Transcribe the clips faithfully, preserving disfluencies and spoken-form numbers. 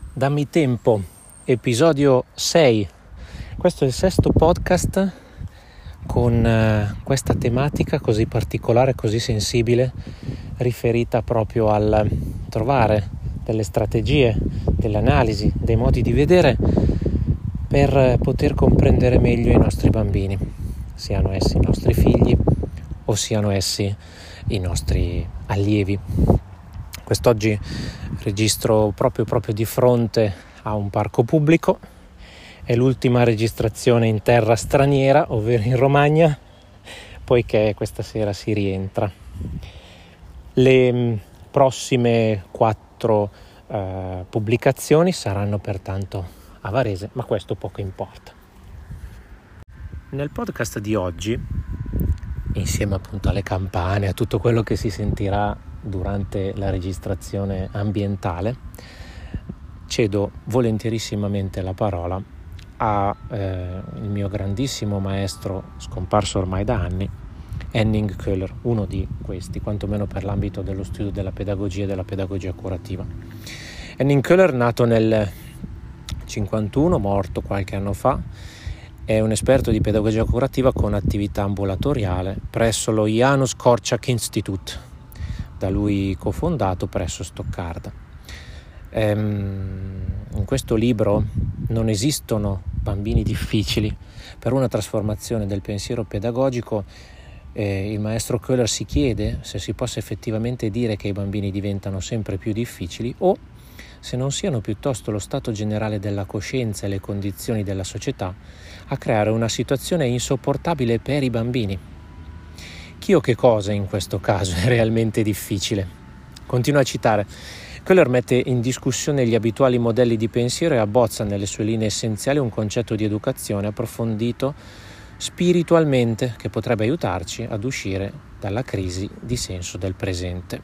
Dammi tempo, episodio sei. Questo è il sesto podcast con eh, questa tematica così particolare, così sensibile, riferita proprio al trovare delle strategie, delle analisi, dei modi di vedere per poter comprendere meglio i nostri bambini, siano essi i nostri figli o siano essi i nostri allievi. Quest'oggi registro proprio, proprio di fronte a un parco pubblico. È l'ultima registrazione in terra straniera, ovvero in Romagna, poiché questa sera si rientra. Le prossime quattro eh, pubblicazioni saranno pertanto a Varese, ma questo poco importa. Nel podcast di oggi, insieme appunto alle campane, a tutto quello che si sentirà durante la registrazione ambientale, cedo volentierissimamente la parola a eh, il mio grandissimo maestro, scomparso ormai da anni, Henning Köhler, uno di questi, quantomeno per l'ambito dello studio della pedagogia e della pedagogia curativa. Henning Köhler, nato nel cinquantuno, morto qualche anno fa, è un esperto di pedagogia curativa con attività ambulatoriale presso lo Janusz Korczak Institute, da lui cofondato presso Stoccarda. Ehm, in questo libro non esistono bambini difficili. Per una trasformazione del pensiero pedagogico eh, il maestro Köhler si chiede se si possa effettivamente dire che i bambini diventano sempre più difficili o se non siano piuttosto lo stato generale della coscienza e le condizioni della società a creare una situazione insopportabile per i bambini. Chi o che cosa in questo caso è realmente difficile? Continuo a citare. Köhler mette in discussione gli abituali modelli di pensiero e abbozza nelle sue linee essenziali un concetto di educazione approfondito spiritualmente che potrebbe aiutarci ad uscire dalla crisi di senso del presente.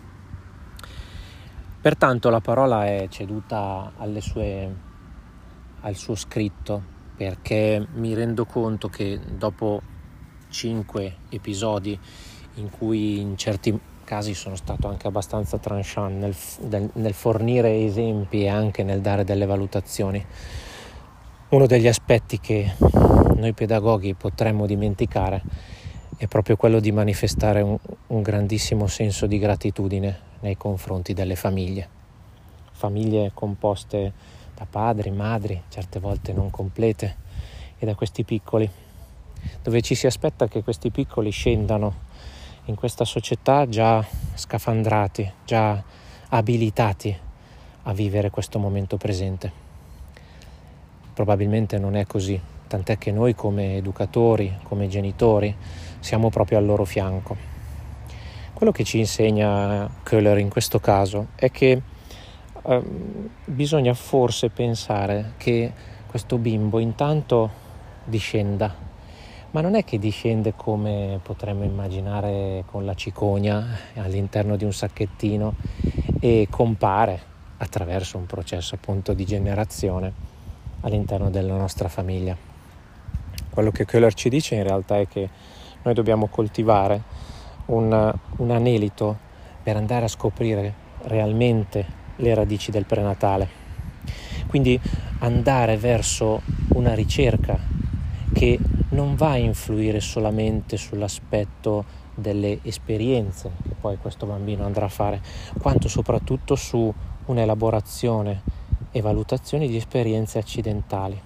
Pertanto la parola è ceduta alle sue, al suo scritto, perché mi rendo conto che dopo cinque episodi in cui in certi casi sono stato anche abbastanza tranchant nel, nel, nel fornire esempi e anche nel dare delle valutazioni, uno degli aspetti che noi pedagoghi potremmo dimenticare è proprio quello di manifestare un, un grandissimo senso di gratitudine nei confronti delle famiglie famiglie composte da padri, madri, certe volte non complete, e da questi piccoli, dove ci si aspetta che questi piccoli scendano in questa società già scafandrati, già abilitati a vivere questo momento presente. Probabilmente non è così, tant'è che noi come educatori, come genitori, siamo proprio al loro fianco. Quello che ci insegna Köhler in questo caso è che eh, bisogna forse pensare che questo bimbo intanto discenda, ma non è che discende come potremmo immaginare con la cicogna all'interno di un sacchettino e compare attraverso un processo appunto di generazione all'interno della nostra famiglia. Quello che Köhler ci dice in realtà è che noi dobbiamo coltivare un, un anelito per andare a scoprire realmente le radici del prenatale, quindi andare verso una ricerca che non va a influire solamente sull'aspetto delle esperienze che poi questo bambino andrà a fare, quanto soprattutto su un'elaborazione e valutazione di esperienze accidentali.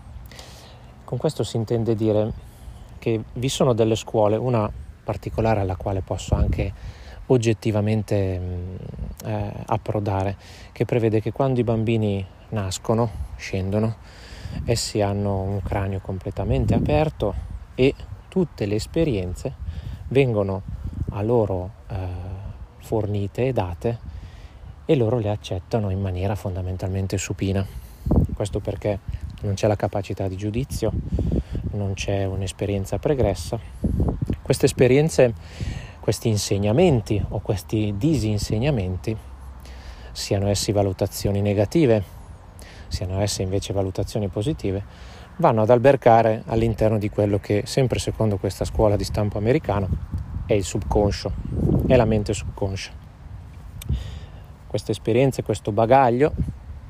Con questo si intende dire che vi sono delle scuole, una particolare alla quale posso anche oggettivamente eh, approdare, che prevede che quando i bambini nascono, scendono, essi hanno un cranio completamente aperto e tutte le esperienze vengono a loro eh, fornite e date e loro le accettano in maniera fondamentalmente supina. Questo perché non c'è la capacità di giudizio, non c'è un'esperienza pregressa. Queste esperienze, questi insegnamenti o questi disinsegnamenti, siano essi valutazioni negative, siano esse invece valutazioni positive, vanno ad albergare all'interno di quello che, sempre secondo questa scuola di stampo americano, è il subconscio, è la mente subconscia. Queste esperienze, questo bagaglio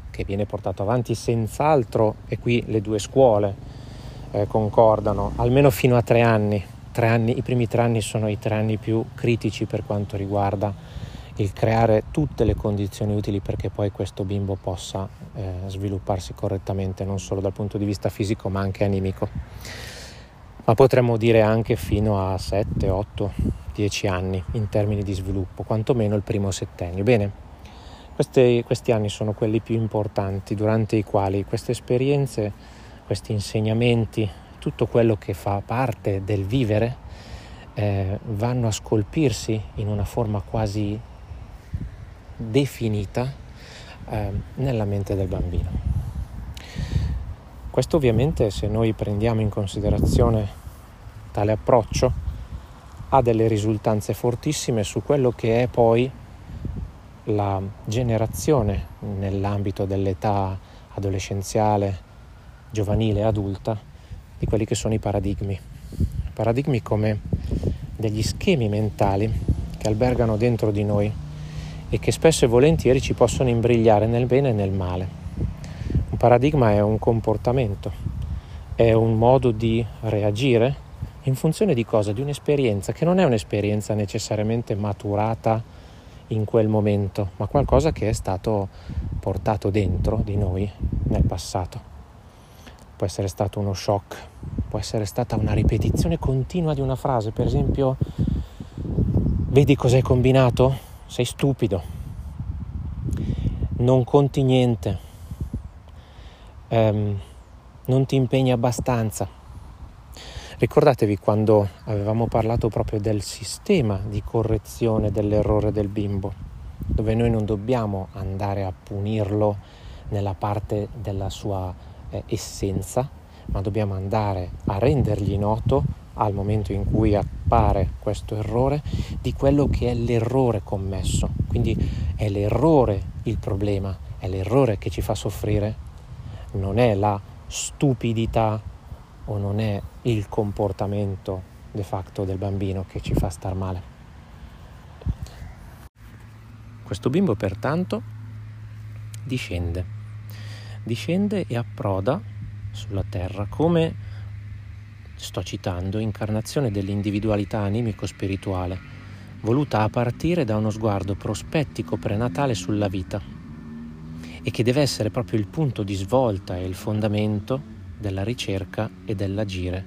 che viene portato avanti senz'altro, e qui le due scuole eh, concordano, almeno fino a tre anni. Tre anni. I primi tre anni sono i tre anni più critici per quanto riguarda il creare tutte le condizioni utili perché poi questo bimbo possa eh, svilupparsi correttamente, non solo dal punto di vista fisico ma anche animico. Ma potremmo dire anche fino a sette, otto, dieci anni in termini di sviluppo, quantomeno il primo settennio. Bene, questi, questi anni sono quelli più importanti, durante i quali queste esperienze, questi insegnamenti, tutto quello che fa parte del vivere eh, vanno a scolpirsi in una forma quasi definita eh, nella mente del bambino. Questo ovviamente, se noi prendiamo in considerazione tale approccio, ha delle risultanze fortissime su quello che è poi la generazione nell'ambito dell'età adolescenziale, giovanile e adulta di quelli che sono i paradigmi. Paradigmi come degli schemi mentali che albergano dentro di noi e che spesso e volentieri ci possono imbrigliare nel bene e nel male. Un paradigma è un comportamento, è un modo di reagire in funzione di cosa? Di un'esperienza che non è un'esperienza necessariamente maturata in quel momento, ma qualcosa che è stato portato dentro di noi nel passato. Può essere stato uno shock, può essere stata una ripetizione continua di una frase, per esempio: vedi cos'hai combinato? Sei stupido, non conti niente, ehm, non ti impegni abbastanza. Ricordatevi quando avevamo parlato proprio del sistema di correzione dell'errore del bimbo, dove noi non dobbiamo andare a punirlo nella parte della sua eh, essenza, ma dobbiamo andare a rendergli noto al momento in cui appare questo errore di quello che è l'errore commesso. Quindi è l'errore il problema, è l'errore che ci fa soffrire, non è la stupidità o non è il comportamento de facto del bambino che ci fa star male. Questo bimbo pertanto discende, discende e approda sulla terra come, sto citando, incarnazione dell'individualità animico-spirituale, voluta a partire da uno sguardo prospettico prenatale sulla vita e che deve essere proprio il punto di svolta e il fondamento della ricerca e dell'agire.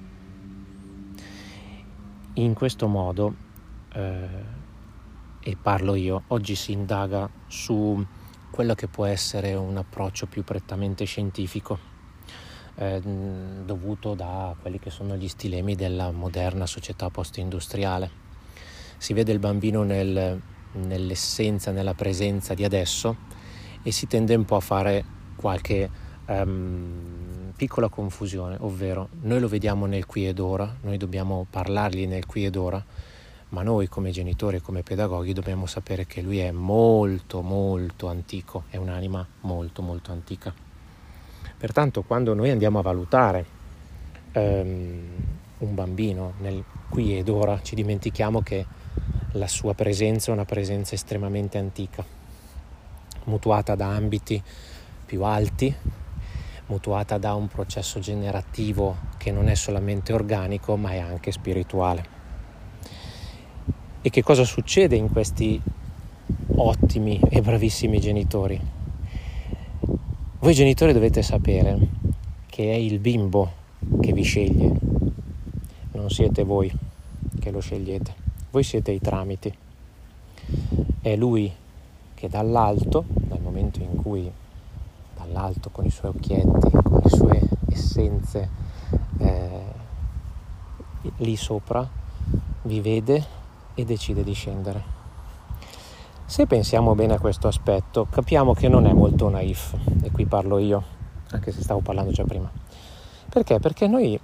In questo modo, eh, e parlo io, oggi si indaga su quello che può essere un approccio più prettamente scientifico, Eh, dovuto da quelli che sono gli stilemi della moderna società post-industriale. Si vede il bambino nel, nell'essenza, nella presenza di adesso, e si tende un po' a fare qualche um, piccola confusione, ovvero noi lo vediamo nel qui ed ora, noi dobbiamo parlargli nel qui ed ora, ma noi come genitori e come pedagoghi dobbiamo sapere che lui è molto molto antico, è un'anima molto molto antica. Pertanto quando noi andiamo a valutare um, un bambino nel qui ed ora, ci dimentichiamo che la sua presenza è una presenza estremamente antica, mutuata da ambiti più alti, mutuata da un processo generativo che non è solamente organico ma è anche spirituale. E che cosa succede in questi ottimi e bravissimi genitori? Voi genitori dovete sapere che è il bimbo che vi sceglie, non siete voi che lo scegliete, voi siete i tramiti. È lui che dall'alto, dal momento in cui dall'alto con i suoi occhietti, con le sue essenze eh, lì sopra, vi vede e decide di scendere. Se pensiamo bene a questo aspetto, capiamo che non è molto naif, e qui parlo io, anche se stavo parlando già prima. Perché? Perché noi,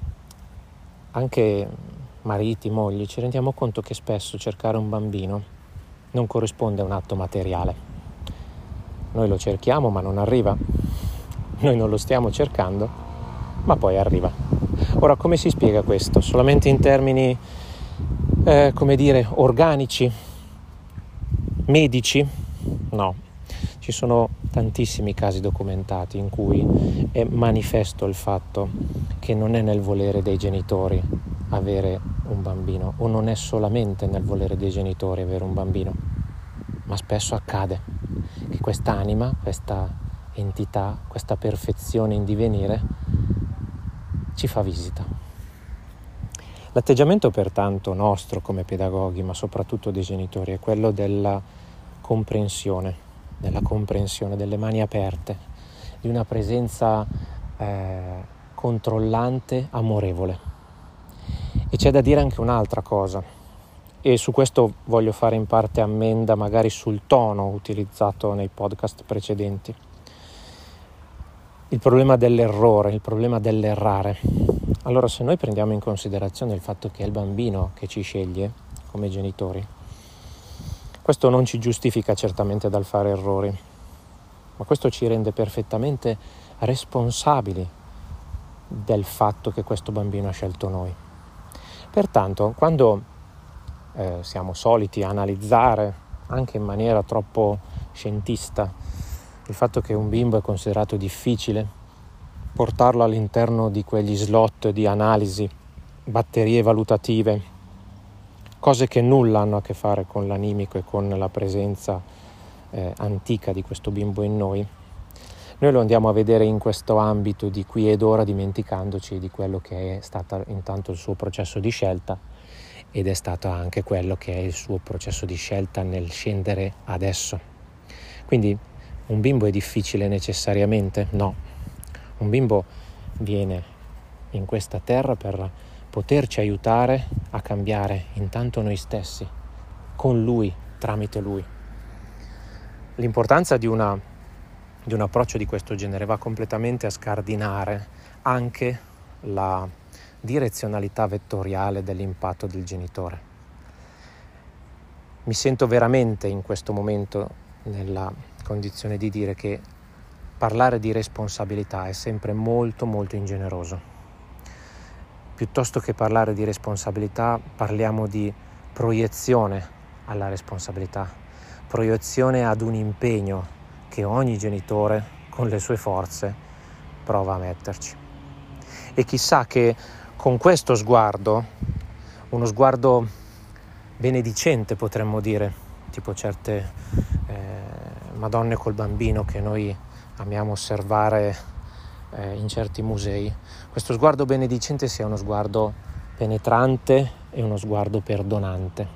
anche mariti, mogli, ci rendiamo conto che spesso cercare un bambino non corrisponde a un atto materiale. Noi lo cerchiamo ma non arriva, noi non lo stiamo cercando ma poi arriva. Ora, come si spiega questo? Solamente in termini, eh, come dire, organici? Medici? No, ci sono tantissimi casi documentati in cui è manifesto il fatto che non è nel volere dei genitori avere un bambino, o non è solamente nel volere dei genitori avere un bambino, ma spesso accade che quest'anima, questa entità, questa perfezione in divenire ci fa visita. L'atteggiamento pertanto nostro come pedagoghi, ma soprattutto dei genitori, è quello della comprensione, della comprensione, delle mani aperte, di una presenza eh, controllante, amorevole. E c'è da dire anche un'altra cosa, e su questo voglio fare in parte ammenda magari sul tono utilizzato nei podcast precedenti. Il problema dell'errore, il problema dell'errare. Allora, se noi prendiamo in considerazione il fatto che è il bambino che ci sceglie come genitori, questo non ci giustifica certamente dal fare errori, ma questo ci rende perfettamente responsabili del fatto che questo bambino ha scelto noi. Pertanto, quando eh, siamo soliti analizzare, anche in maniera troppo scientista, il fatto che un bimbo è considerato difficile, portarlo all'interno di quegli slot di analisi, batterie valutative, cose che nulla hanno a che fare con l'animico e con la presenza eh, antica di questo bimbo in noi, noi lo andiamo a vedere in questo ambito di qui ed ora, dimenticandoci di quello che è stato intanto il suo processo di scelta, ed è stato anche quello che è il suo processo di scelta nel scendere adesso. Quindi un bimbo è difficile necessariamente? No. Un bimbo viene in questa terra per poterci aiutare a cambiare intanto noi stessi, con lui, tramite lui. L'importanza di una di un approccio di questo genere va completamente a scardinare anche la direzionalità vettoriale dell'impatto del genitore. Mi sento veramente in questo momento nella condizione di dire che parlare di responsabilità è sempre molto molto ingeneroso. Piuttosto che parlare di responsabilità, parliamo di proiezione alla responsabilità, proiezione ad un impegno che ogni genitore con le sue forze prova a metterci. E chissà che con questo sguardo, uno sguardo benedicente potremmo dire, tipo certe eh, Madonne col bambino che noi amiamo osservare eh, in certi musei, questo sguardo benedicente sia uno sguardo penetrante e uno sguardo perdonante.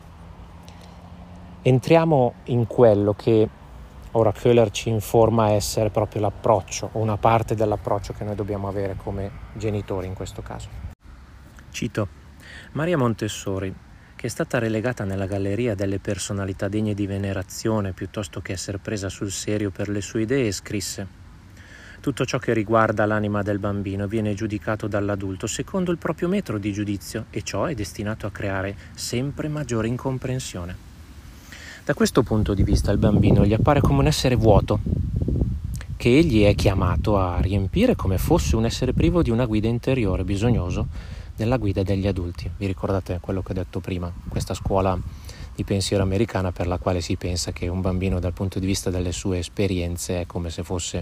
Entriamo in quello che ora Köhler ci informa essere proprio l'approccio, o una parte dell'approccio che noi dobbiamo avere come genitori in questo caso. Cito Maria Montessori, che è stata relegata nella galleria delle personalità degne di venerazione piuttosto che essere presa sul serio per le sue idee, scrisse: tutto ciò che riguarda l'anima del bambino viene giudicato dall'adulto secondo il proprio metro di giudizio, e ciò è destinato a creare sempre maggiore incomprensione. Da questo punto di vista il bambino gli appare come un essere vuoto, che egli è chiamato a riempire come fosse un essere privo di una guida interiore, bisognoso della guida degli adulti. Vi ricordate quello che ho detto prima, questa scuola di pensiero americana per la quale si pensa che un bambino dal punto di vista delle sue esperienze è come se fosse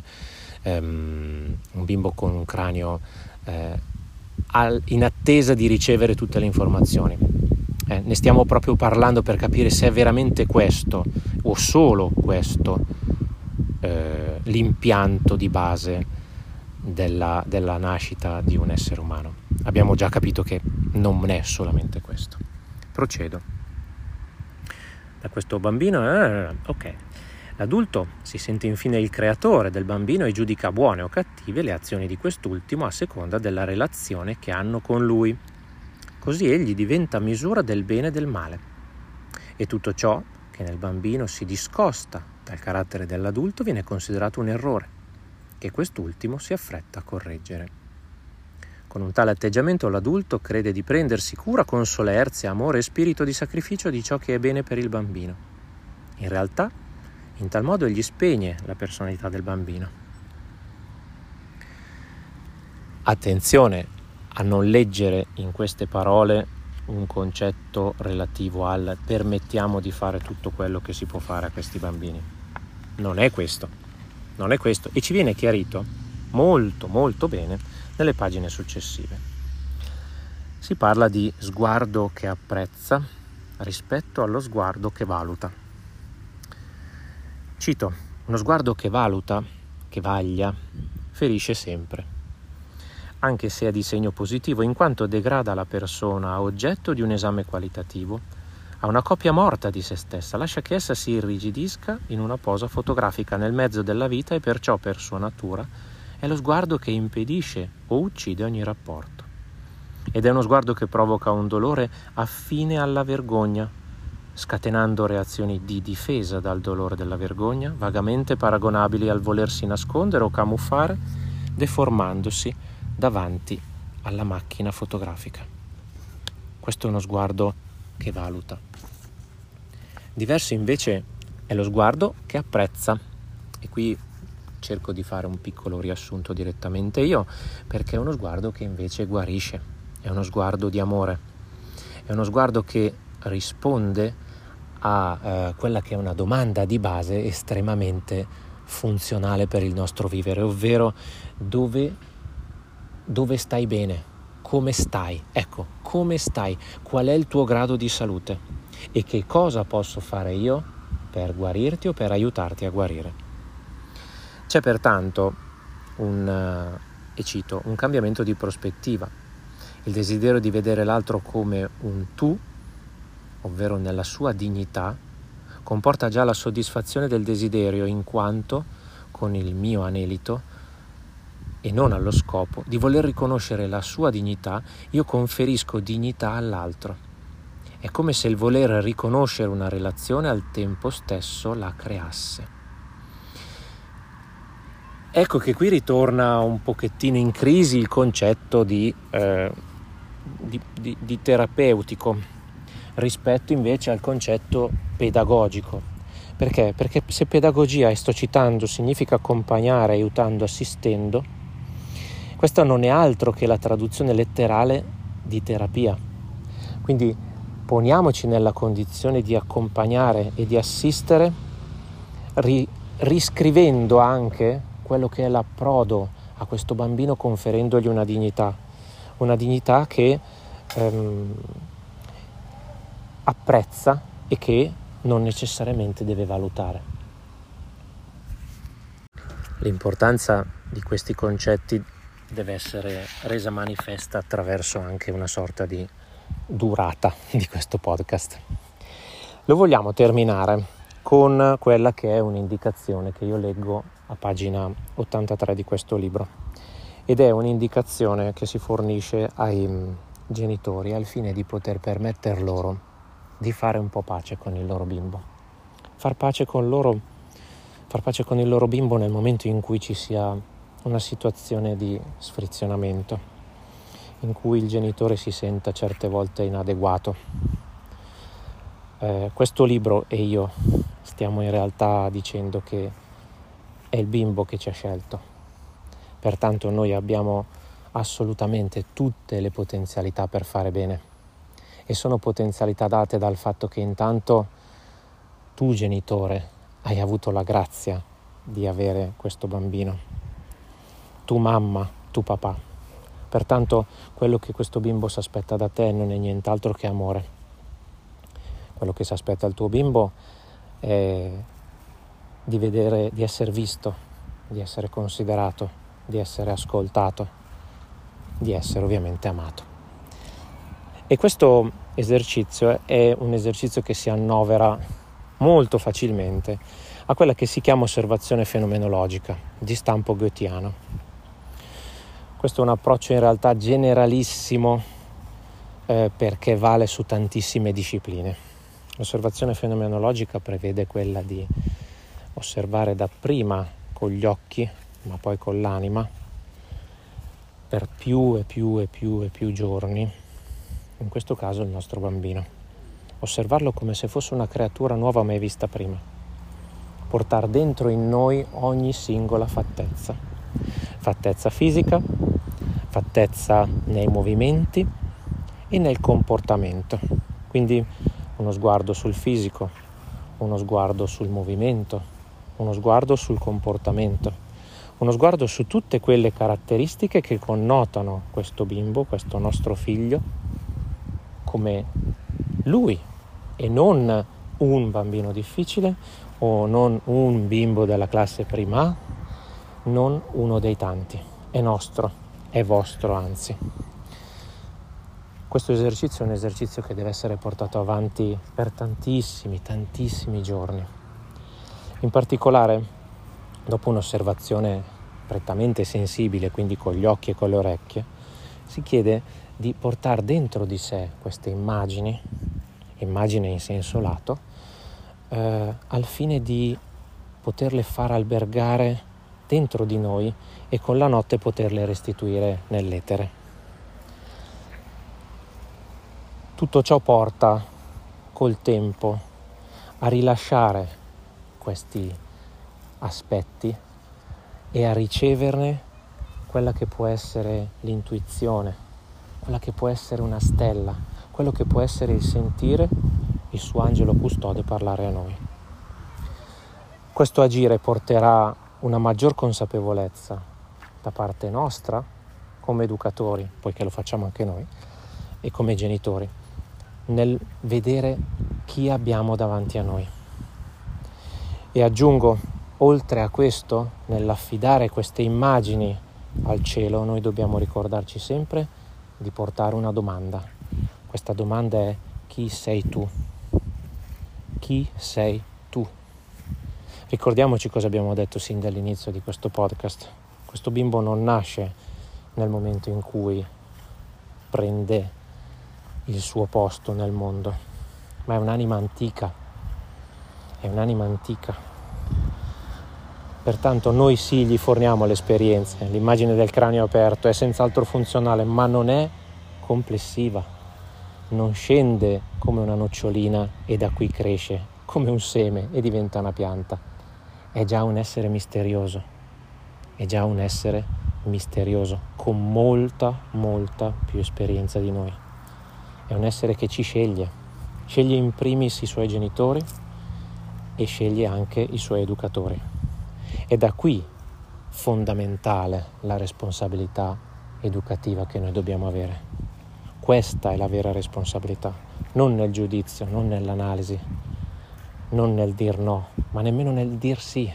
um, un bimbo con un cranio eh, al, in attesa di ricevere tutte le informazioni. Eh, ne stiamo proprio parlando per capire se è veramente questo o solo questo eh, l'impianto di base della, della nascita di un essere umano. Abbiamo già capito che non è solamente questo. Procedo. Da questo bambino, eh, ok. L'adulto si sente infine il creatore del bambino e giudica buone o cattive le azioni di quest'ultimo a seconda della relazione che hanno con lui. Così egli diventa misura del bene e del male. E tutto ciò che nel bambino si discosta dal carattere dell'adulto viene considerato un errore, che quest'ultimo si affretta a correggere. Con un tale atteggiamento l'adulto crede di prendersi cura con solerzia, amore e spirito di sacrificio di ciò che è bene per il bambino. In realtà, in tal modo egli spegne la personalità del bambino. Attenzione a non leggere in queste parole un concetto relativo al permettiamo di fare tutto quello che si può fare a questi bambini. Non è questo. non è questo, e ci viene chiarito molto molto bene nelle pagine successive. Si parla di sguardo che apprezza rispetto allo sguardo che valuta. Cito: uno sguardo che valuta, che vaglia, ferisce sempre, anche se è di segno positivo, in quanto degrada la persona a oggetto di un esame qualitativo, a una copia morta di se stessa, lascia che essa si irrigidisca in una posa fotografica nel mezzo della vita e perciò per sua natura è lo sguardo che impedisce o uccide ogni rapporto. Ed è uno sguardo che provoca un dolore affine alla vergogna, scatenando reazioni di difesa dal dolore della vergogna, vagamente paragonabili al volersi nascondere o camuffare, deformandosi davanti alla macchina fotografica. Questo è uno sguardo che valuta. Diverso invece è lo sguardo che apprezza, e qui cerco di fare un piccolo riassunto direttamente io, perché è uno sguardo che invece guarisce, è uno sguardo di amore, è uno sguardo che risponde a eh, quella che è una domanda di base estremamente funzionale per il nostro vivere, ovvero dove, dove stai bene? Come stai? Ecco, come stai? Qual è il tuo grado di salute? E che cosa posso fare io per guarirti o per aiutarti a guarire? C'è pertanto un, e cito, un cambiamento di prospettiva. Il desiderio di vedere l'altro come un tu, ovvero nella sua dignità, comporta già la soddisfazione del desiderio, in quanto, con il mio anelito, e non allo scopo di voler riconoscere la sua dignità, io conferisco dignità all'altro. È come se il voler riconoscere una relazione al tempo stesso la creasse. Ecco che qui ritorna un pochettino in crisi il concetto di, eh, di, di, di terapeutico rispetto invece al concetto pedagogico. Perché? Perché se pedagogia, e sto citando, significa accompagnare, aiutando, assistendo, questa non è altro che la traduzione letterale di terapia. Quindi poniamoci nella condizione di accompagnare e di assistere, ri- riscrivendo anche quello che è l'approdo a questo bambino, conferendogli una dignità, una dignità che ehm, apprezza e che non necessariamente deve valutare. L'importanza di questi concetti deve essere resa manifesta attraverso anche una sorta di durata di questo podcast. Lo vogliamo terminare con quella che è un'indicazione che io leggo a pagina ottantatré di questo libro, ed è un'indicazione che si fornisce ai genitori al fine di poter permetter loro di fare un po' pace con il loro bimbo, far pace con loro, far pace con il loro bimbo nel momento in cui ci sia una situazione di sfrizionamento, in cui il genitore si senta certe volte inadeguato. Eh, questo libro e io stiamo in realtà dicendo che è il bimbo che ci ha scelto, pertanto noi abbiamo assolutamente tutte le potenzialità per fare bene, e sono potenzialità date dal fatto che intanto tu, genitore, hai avuto la grazia di avere questo bambino, tu mamma, tu papà. Pertanto quello che questo bimbo si aspetta da te non è nient'altro che amore. Quello che si aspetta al tuo bimbo è di vedere, di essere visto, di essere considerato, di essere ascoltato, di essere ovviamente amato. E questo esercizio è un esercizio che si annovera molto facilmente a quella che si chiama osservazione fenomenologica di stampo goethiano. Questo è un approccio in realtà generalissimo eh, perché vale su tantissime discipline. L'osservazione fenomenologica prevede quella di osservare dapprima con gli occhi, ma poi con l'anima, per più e più e più e più giorni, in questo caso il nostro bambino. Osservarlo come se fosse una creatura nuova mai vista prima. Portare dentro in noi ogni singola fattezza. Fattezza fisica, fattezza nei movimenti e nel comportamento. Quindi uno sguardo sul fisico, uno sguardo sul movimento, uno sguardo sul comportamento, uno sguardo su tutte quelle caratteristiche che connotano questo bimbo, questo nostro figlio, come lui e non un bambino difficile o non un bimbo della classe prima A, non uno dei tanti. È nostro, è vostro anzi. Questo esercizio è un esercizio che deve essere portato avanti per tantissimi, tantissimi giorni. In particolare, dopo un'osservazione prettamente sensibile, quindi con gli occhi e con le orecchie, si chiede di portare dentro di sé queste immagini, immagine in senso lato, eh, al fine di poterle far albergare dentro di noi e con la notte poterle restituire nell'etere. Tutto ciò porta col tempo a rilasciare questi aspetti e a riceverne quella che può essere l'intuizione, quella che può essere una stella, quello che può essere il sentire il suo angelo custode parlare a noi. Questo agire porterà una maggior consapevolezza da parte nostra come educatori, poiché lo facciamo anche noi, e come genitori, nel vedere chi abbiamo davanti a noi. E aggiungo, oltre a questo, nell'affidare queste immagini al cielo, noi dobbiamo ricordarci sempre di portare una domanda. Questa domanda è: chi sei tu? Chi sei tu? Ricordiamoci cosa abbiamo detto sin dall'inizio di questo podcast. Questo bimbo non nasce nel momento in cui prende il suo posto nel mondo, ma è un'anima antica, è un'anima antica. Pertanto noi sì gli forniamo l'esperienza, l'immagine del cranio aperto è senz'altro funzionale, ma non è complessiva, non scende come una nocciolina e da qui cresce come un seme e diventa una pianta. È già un essere misterioso, è già un essere misterioso, con molta, molta più esperienza di noi. È un essere che ci sceglie, sceglie in primis i suoi genitori e sceglie anche i suoi educatori. È da qui fondamentale la responsabilità educativa che noi dobbiamo avere. Questa è la vera responsabilità, non nel giudizio, non nell'analisi, non nel dir no, ma nemmeno nel dir sì.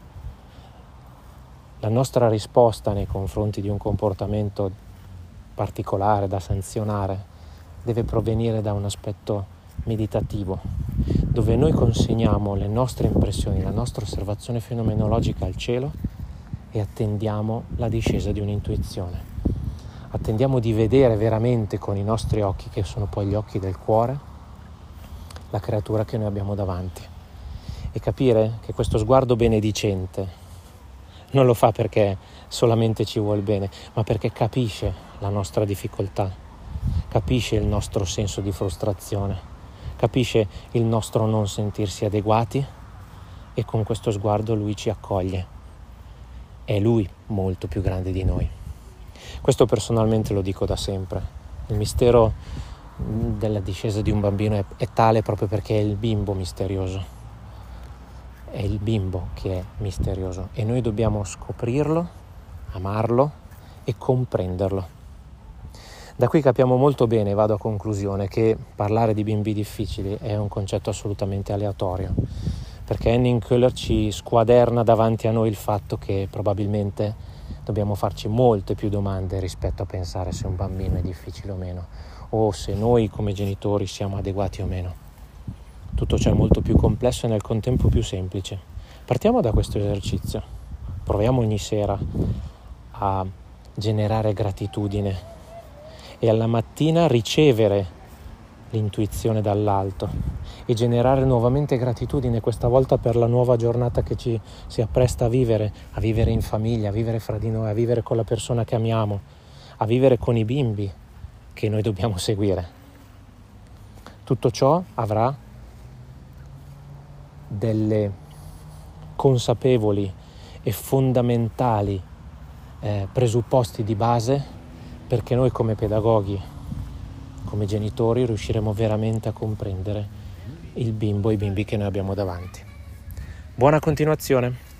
La nostra risposta nei confronti di un comportamento particolare da sanzionare deve provenire da un aspetto meditativo, dove noi consegniamo le nostre impressioni, la nostra osservazione fenomenologica al cielo e attendiamo la discesa di un'intuizione. Attendiamo di vedere veramente con i nostri occhi, che sono poi gli occhi del cuore, la creatura che noi abbiamo davanti, e capire che questo sguardo benedicente non lo fa perché solamente ci vuol bene, ma perché capisce la nostra difficoltà, capisce il nostro senso di frustrazione, capisce il nostro non sentirsi adeguati, e con questo sguardo lui ci accoglie. È lui molto più grande di noi. Questo personalmente lo dico da sempre. Il mistero della discesa di un bambino è, è tale proprio perché è il bimbo misterioso. È il bimbo che è misterioso e noi dobbiamo scoprirlo, amarlo e comprenderlo. Da qui capiamo molto bene, vado a conclusione, che parlare di bimbi difficili è un concetto assolutamente aleatorio, perché Henning Köhler ci squaderna davanti a noi il fatto che probabilmente dobbiamo farci molte più domande rispetto a pensare se un bambino è difficile o meno, o se noi come genitori siamo adeguati o meno. Tutto ciò è molto più complesso e nel contempo più semplice. Partiamo da questo esercizio. Proviamo ogni sera a generare gratitudine e alla mattina ricevere l'intuizione dall'alto e generare nuovamente gratitudine, questa volta per la nuova giornata che ci si appresta a vivere, a vivere in famiglia, a vivere fra di noi, a vivere con la persona che amiamo, a vivere con i bimbi che noi dobbiamo seguire. Tutto ciò avrà delle consapevoli e fondamentali eh, presupposti di base perché noi come pedagoghi, come genitori, riusciremo veramente a comprendere il bimbo e i bimbi che noi abbiamo davanti. Buona continuazione!